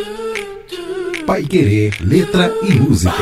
Paiquerê, letra e música.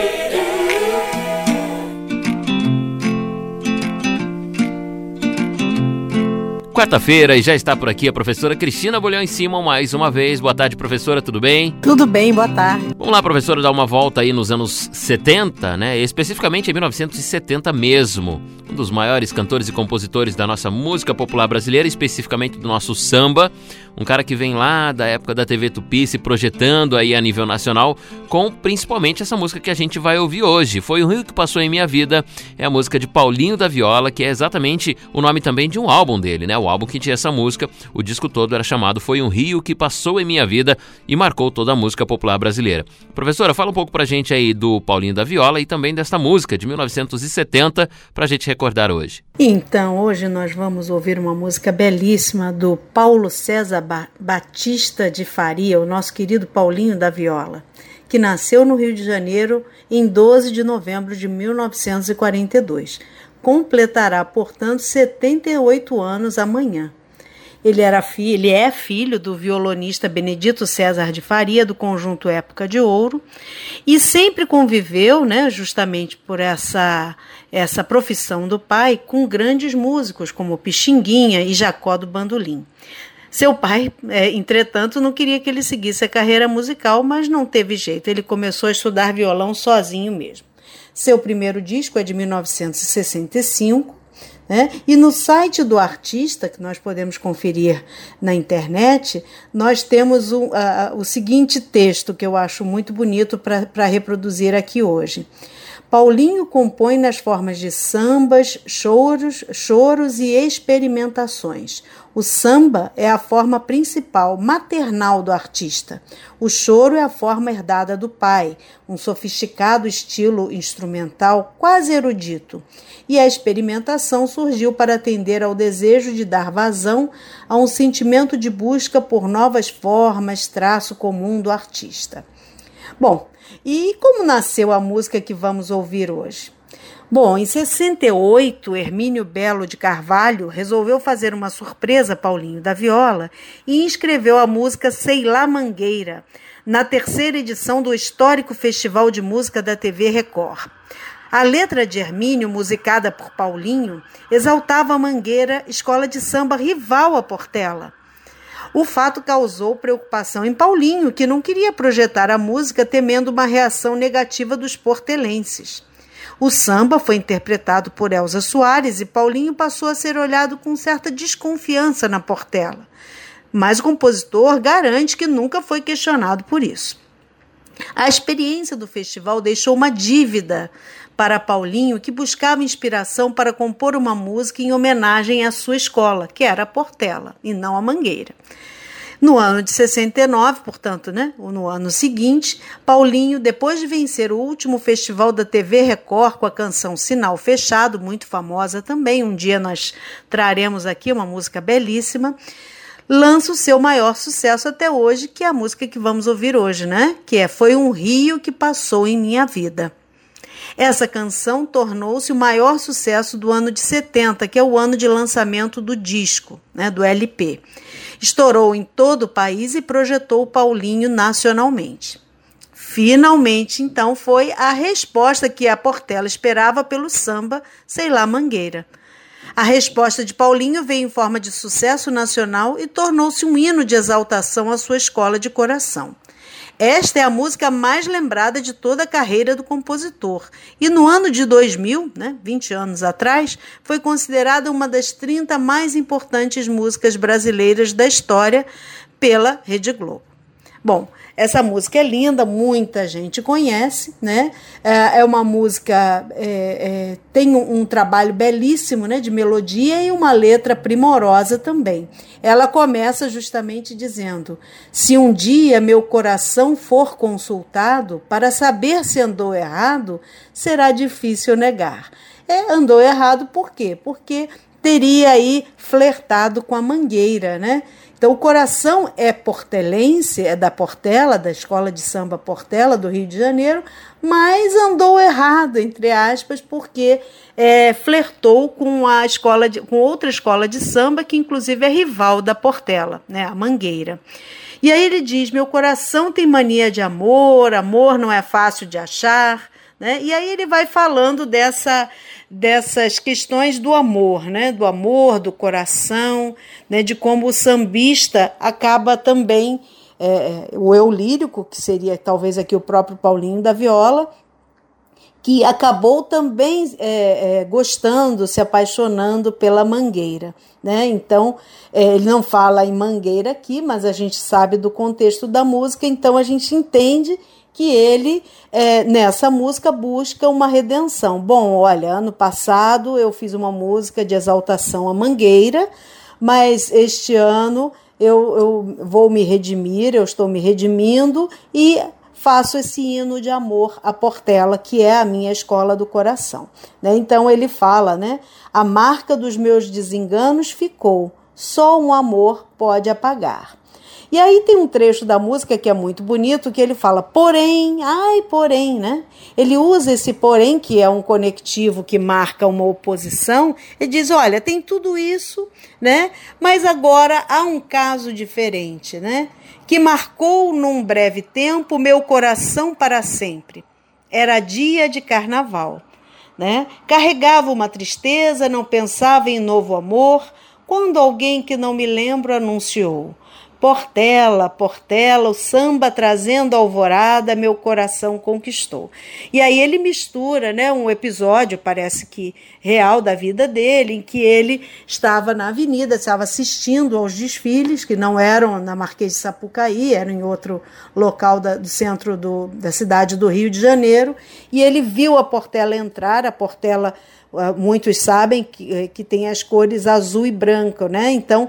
Quarta-feira e já está por aqui a professora Cristina Bulhões Simon mais uma vez. Boa tarde, professora, tudo bem? Tudo bem, boa tarde. Vamos lá, professora, dar uma volta aí nos anos 70, né? Especificamente em 1970 mesmo. Um dos maiores cantores e compositores da nossa música popular brasileira, especificamente do nosso samba. Um cara que vem lá da época da TV Tupi se projetando aí a nível nacional com principalmente essa música que a gente vai ouvir hoje. Foi um Rio que Passou em Minha Vida, é a música de Paulinho da Viola, que é exatamente o nome também de um álbum dele, né? O álbum que tinha essa música, o disco todo era chamado Foi um Rio que Passou em Minha Vida e marcou toda a música popular brasileira. Professora, fala um pouco pra gente aí do Paulinho da Viola e também desta música de 1970 pra gente recordar hoje. Então, hoje nós vamos ouvir uma música belíssima do Paulo César Batista de Faria, o nosso querido Paulinho da Viola, que nasceu no Rio de Janeiro em 12 de novembro de 1942. Completará, portanto, 78 anos amanhã. Ele é filho do violonista Benedito César de Faria, do conjunto Época de Ouro, e sempre conviveu, né, justamente por essa profissão do pai, com grandes músicos como Pixinguinha e Jacó do Bandolim. Seu pai, entretanto, não queria que ele seguisse a carreira musical, mas não teve jeito. Ele começou a estudar violão sozinho mesmo. Seu primeiro disco é de 1965, né? E no site do artista, que nós podemos conferir na internet, nós temos o seguinte texto que eu acho muito bonito para reproduzir aqui hoje. Paulinho compõe nas formas de sambas, choros e experimentações. O samba é a forma principal, maternal do artista. O choro é a forma herdada do pai, um sofisticado estilo instrumental quase erudito. E a experimentação surgiu para atender ao desejo de dar vazão a um sentimento de busca por novas formas, traço comum do artista. Bom, e como nasceu a música que vamos ouvir hoje? Bom, em 68, Hermínio Belo de Carvalho resolveu fazer uma surpresa a Paulinho da Viola e inscreveu a música Sei Lá Mangueira, na terceira edição do histórico Festival de Música da TV Record. A letra de Hermínio, musicada por Paulinho, exaltava a Mangueira, escola de samba rival à Portela. O fato causou preocupação em Paulinho, que não queria projetar a música temendo uma reação negativa dos portelenses. O samba foi interpretado por Elza Soares e Paulinho passou a ser olhado com certa desconfiança na Portela. Mas o compositor garante que nunca foi questionado por isso. A experiência do festival deixou uma dívida para Paulinho, que buscava inspiração para compor uma música em homenagem à sua escola, que era a Portela, e não a Mangueira. No ano de 69, portanto, no ano seguinte, Paulinho, depois de vencer o último festival da TV Record com a canção Sinal Fechado, muito famosa também, um dia nós traremos aqui uma música belíssima, lança o seu maior sucesso até hoje, que é a música que vamos ouvir hoje, que é Foi um Rio que Passou em Minha Vida. Essa canção tornou-se o maior sucesso do ano de 70, que é o ano de lançamento do disco, do LP. Estourou em todo o país e projetou o Paulinho nacionalmente. Finalmente, então, foi a resposta que a Portela esperava pelo samba Sei Lá Mangueira. A resposta de Paulinho veio em forma de sucesso nacional e tornou-se um hino de exaltação à sua escola de coração. Esta é a música mais lembrada de toda a carreira do compositor. E no ano de 2000, 20 anos atrás, foi considerada uma das 30 mais importantes músicas brasileiras da história pela Rede Globo. Bom, essa música é linda, muita gente conhece, É uma música, tem um trabalho belíssimo, de melodia e uma letra primorosa também. Ela começa justamente dizendo: se um dia meu coração for consultado para saber se andou errado, será difícil negar. Andou errado por quê? Porque teria aí flertado com a Mangueira, Então, o coração é portelense, é da Portela, da Escola de Samba Portela, do Rio de Janeiro, mas andou errado, entre aspas, porque flertou com com outra escola de samba, que inclusive é rival da Portela, a Mangueira. E aí ele diz: meu coração tem mania de amor, amor não é fácil de achar, né? E aí ele vai falando dessas questões do amor, né? Do amor, do coração, né? De como o sambista acaba também, o eu lírico, que seria talvez aqui o próprio Paulinho da Viola, que acabou também gostando, se apaixonando pela Mangueira, né? Então, ele não fala em Mangueira aqui, mas a gente sabe do contexto da música, então a gente entende que ele, nessa música, busca uma redenção. Bom, olha, ano passado eu fiz uma música de exaltação à Mangueira, mas este ano eu vou me redimir, eu estou me redimindo e faço esse hino de amor à Portela, que é a minha escola do coração, né? Então ele fala, né? A marca dos meus desenganos ficou, só um amor pode apagar. E aí tem um trecho da música que é muito bonito, que ele fala, porém, ai, porém, né? Ele usa esse porém, que é um conectivo que marca uma oposição, e diz, olha, tem tudo isso, né? Mas agora há um caso diferente, né? Que marcou num breve tempo meu coração para sempre. Era dia de carnaval, né? Carregava uma tristeza, não pensava em novo amor, quando alguém que não me lembro anunciou. Portela, Portela, o samba trazendo alvorada, meu coração conquistou. E aí ele mistura, né, um episódio, parece que real da vida dele, em que ele estava na avenida, estava assistindo aos desfiles, que não eram na Marquês de Sapucaí, eram em outro local do centro da cidade do Rio de Janeiro, e ele viu a Portela entrar, a Portela... Muitos sabem que tem as cores azul e branco, né? Então,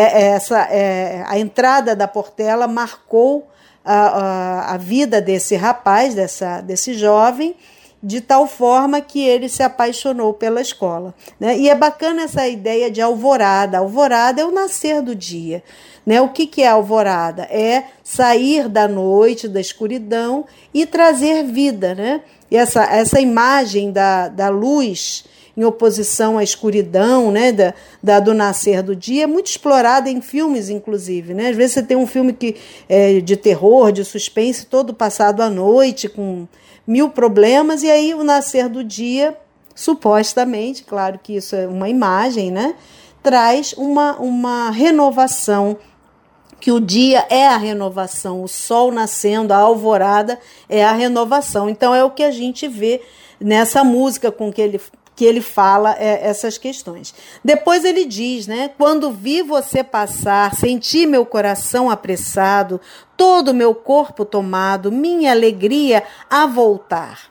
a entrada da Portela marcou a vida desse rapaz, desse jovem, de tal forma que ele se apaixonou pela escola, né? E é bacana essa ideia de alvorada. Alvorada é o nascer do dia, né? O que é alvorada? É sair da noite, da escuridão e trazer vida, né? E essa imagem da luz em oposição à escuridão, né, do nascer do dia, é muito explorada em filmes, inclusive, né? Às vezes você tem um filme de terror, de suspense, todo passado à noite, com 1000 problemas, e aí o nascer do dia, supostamente, claro que isso é uma imagem, né, traz uma renovação, que o dia é a renovação, o sol nascendo, a alvorada é a renovação. Então é o que a gente vê nessa música com que ele fala essas questões. Depois ele diz, né? Quando vi você passar, senti meu coração apressado, todo o meu corpo tomado, minha alegria a voltar.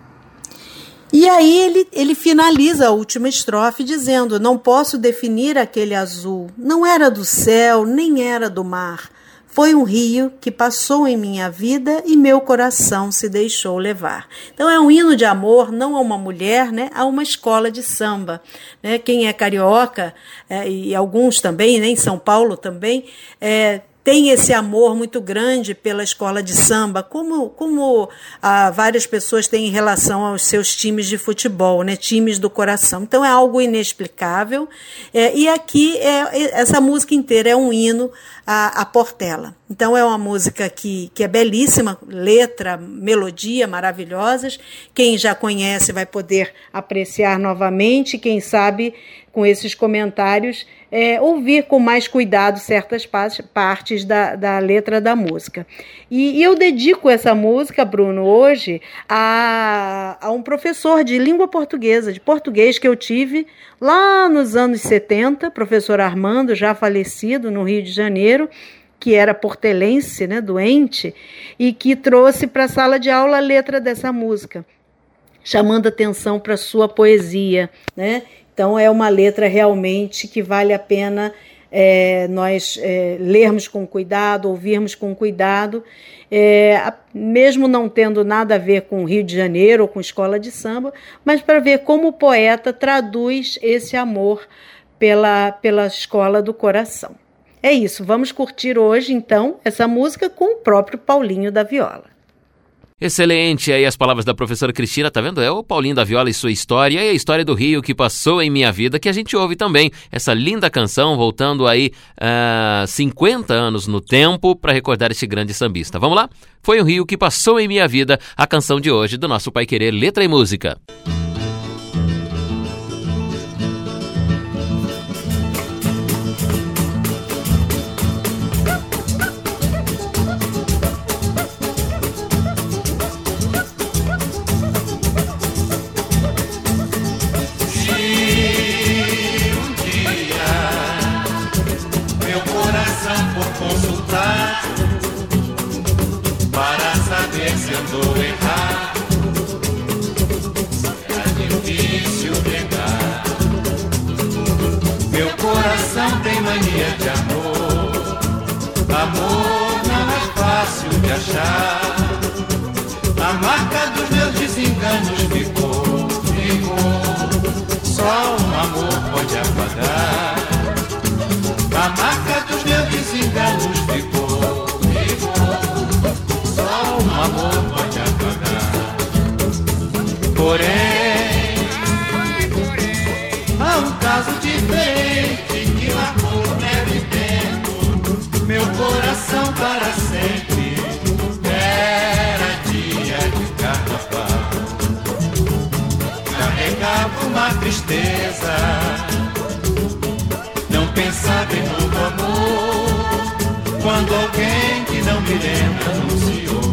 E aí ele finaliza a última estrofe dizendo, não posso definir aquele azul, não era do céu, nem era do mar. Foi um rio que passou em minha vida e meu coração se deixou levar. Então é um hino de amor, não a uma mulher, né, a uma escola de samba, né? Quem é carioca, e alguns também, né, em São Paulo também, tem esse amor muito grande pela escola de samba, como várias pessoas têm em relação aos seus times de futebol, né, times do coração. Então é algo inexplicável, e aqui essa música inteira é um hino à Portela. Então é uma música que é belíssima, letra, melodia maravilhosas. Quem já conhece vai poder apreciar novamente, quem sabe com esses comentários ouvir com mais cuidado certas partes da letra da música. E eu dedico essa música, Bruno, hoje a um professor de língua portuguesa, de português, que eu tive lá nos anos 70, professor Armando, já falecido no Rio de Janeiro, que era portelense, né, doente, e que trouxe para a sala de aula a letra dessa música, chamando atenção para a sua poesia, né? Então é uma letra realmente que vale a pena nós lermos com cuidado, ouvirmos com cuidado, mesmo não tendo nada a ver com Rio de Janeiro ou com escola de samba, mas para ver como o poeta traduz esse amor pela escola do coração. É isso, vamos curtir hoje então essa música com o próprio Paulinho da Viola. Excelente, aí as palavras da professora Cristina, tá vendo? É o Paulinho da Viola e sua história, e a história do Rio que passou em minha vida, que a gente ouve também. Essa linda canção, voltando aí 50 anos no tempo, para recordar esse grande sambista. Vamos lá? Foi o Rio que passou em minha vida, a canção de hoje do nosso Paiquerê Letra e Música. Para saber se andou errado, era difícil pegar. Meu coração tem mania de amor, amor não é fácil de achar. A marca dos meus desenganos ficou, só um amor pode apagar. A marca dos meus desenganos ficou, só um amor pode apagar. Porém, há um caso diferente que marcou neve dentro meu coração para sempre. Era dia de carnaval, carregava uma tristeza, não pensava em novo amor, quando alguém que não me lembra anunciou.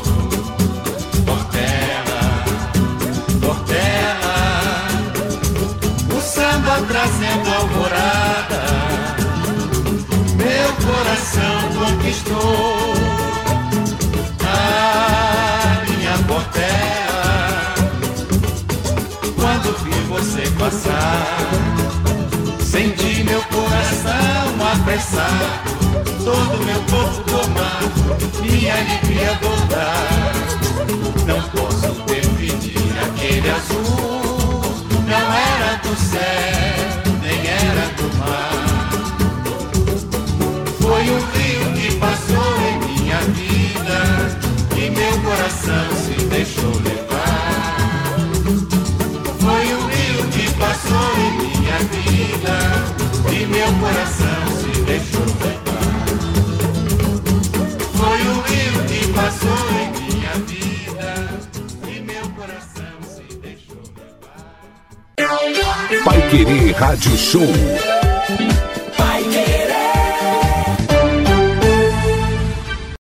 Por terra, o samba trazendo alvorada, meu coração conquistou. A minha portela, quando vi você passar, senti meu coração apressado, todo meu corpo tomado, minha alegria voltar. Não posso definir aquele azul, não era do céu, nem era do mar. Foi um rio que passou em minha vida e meu coração se deixou levar. Foi um rio que passou em minha vida e meu coração se deixou levar. Foi um rio que passou em minha vida e meu coração se deixou levar. Paiquerê Rádio Show.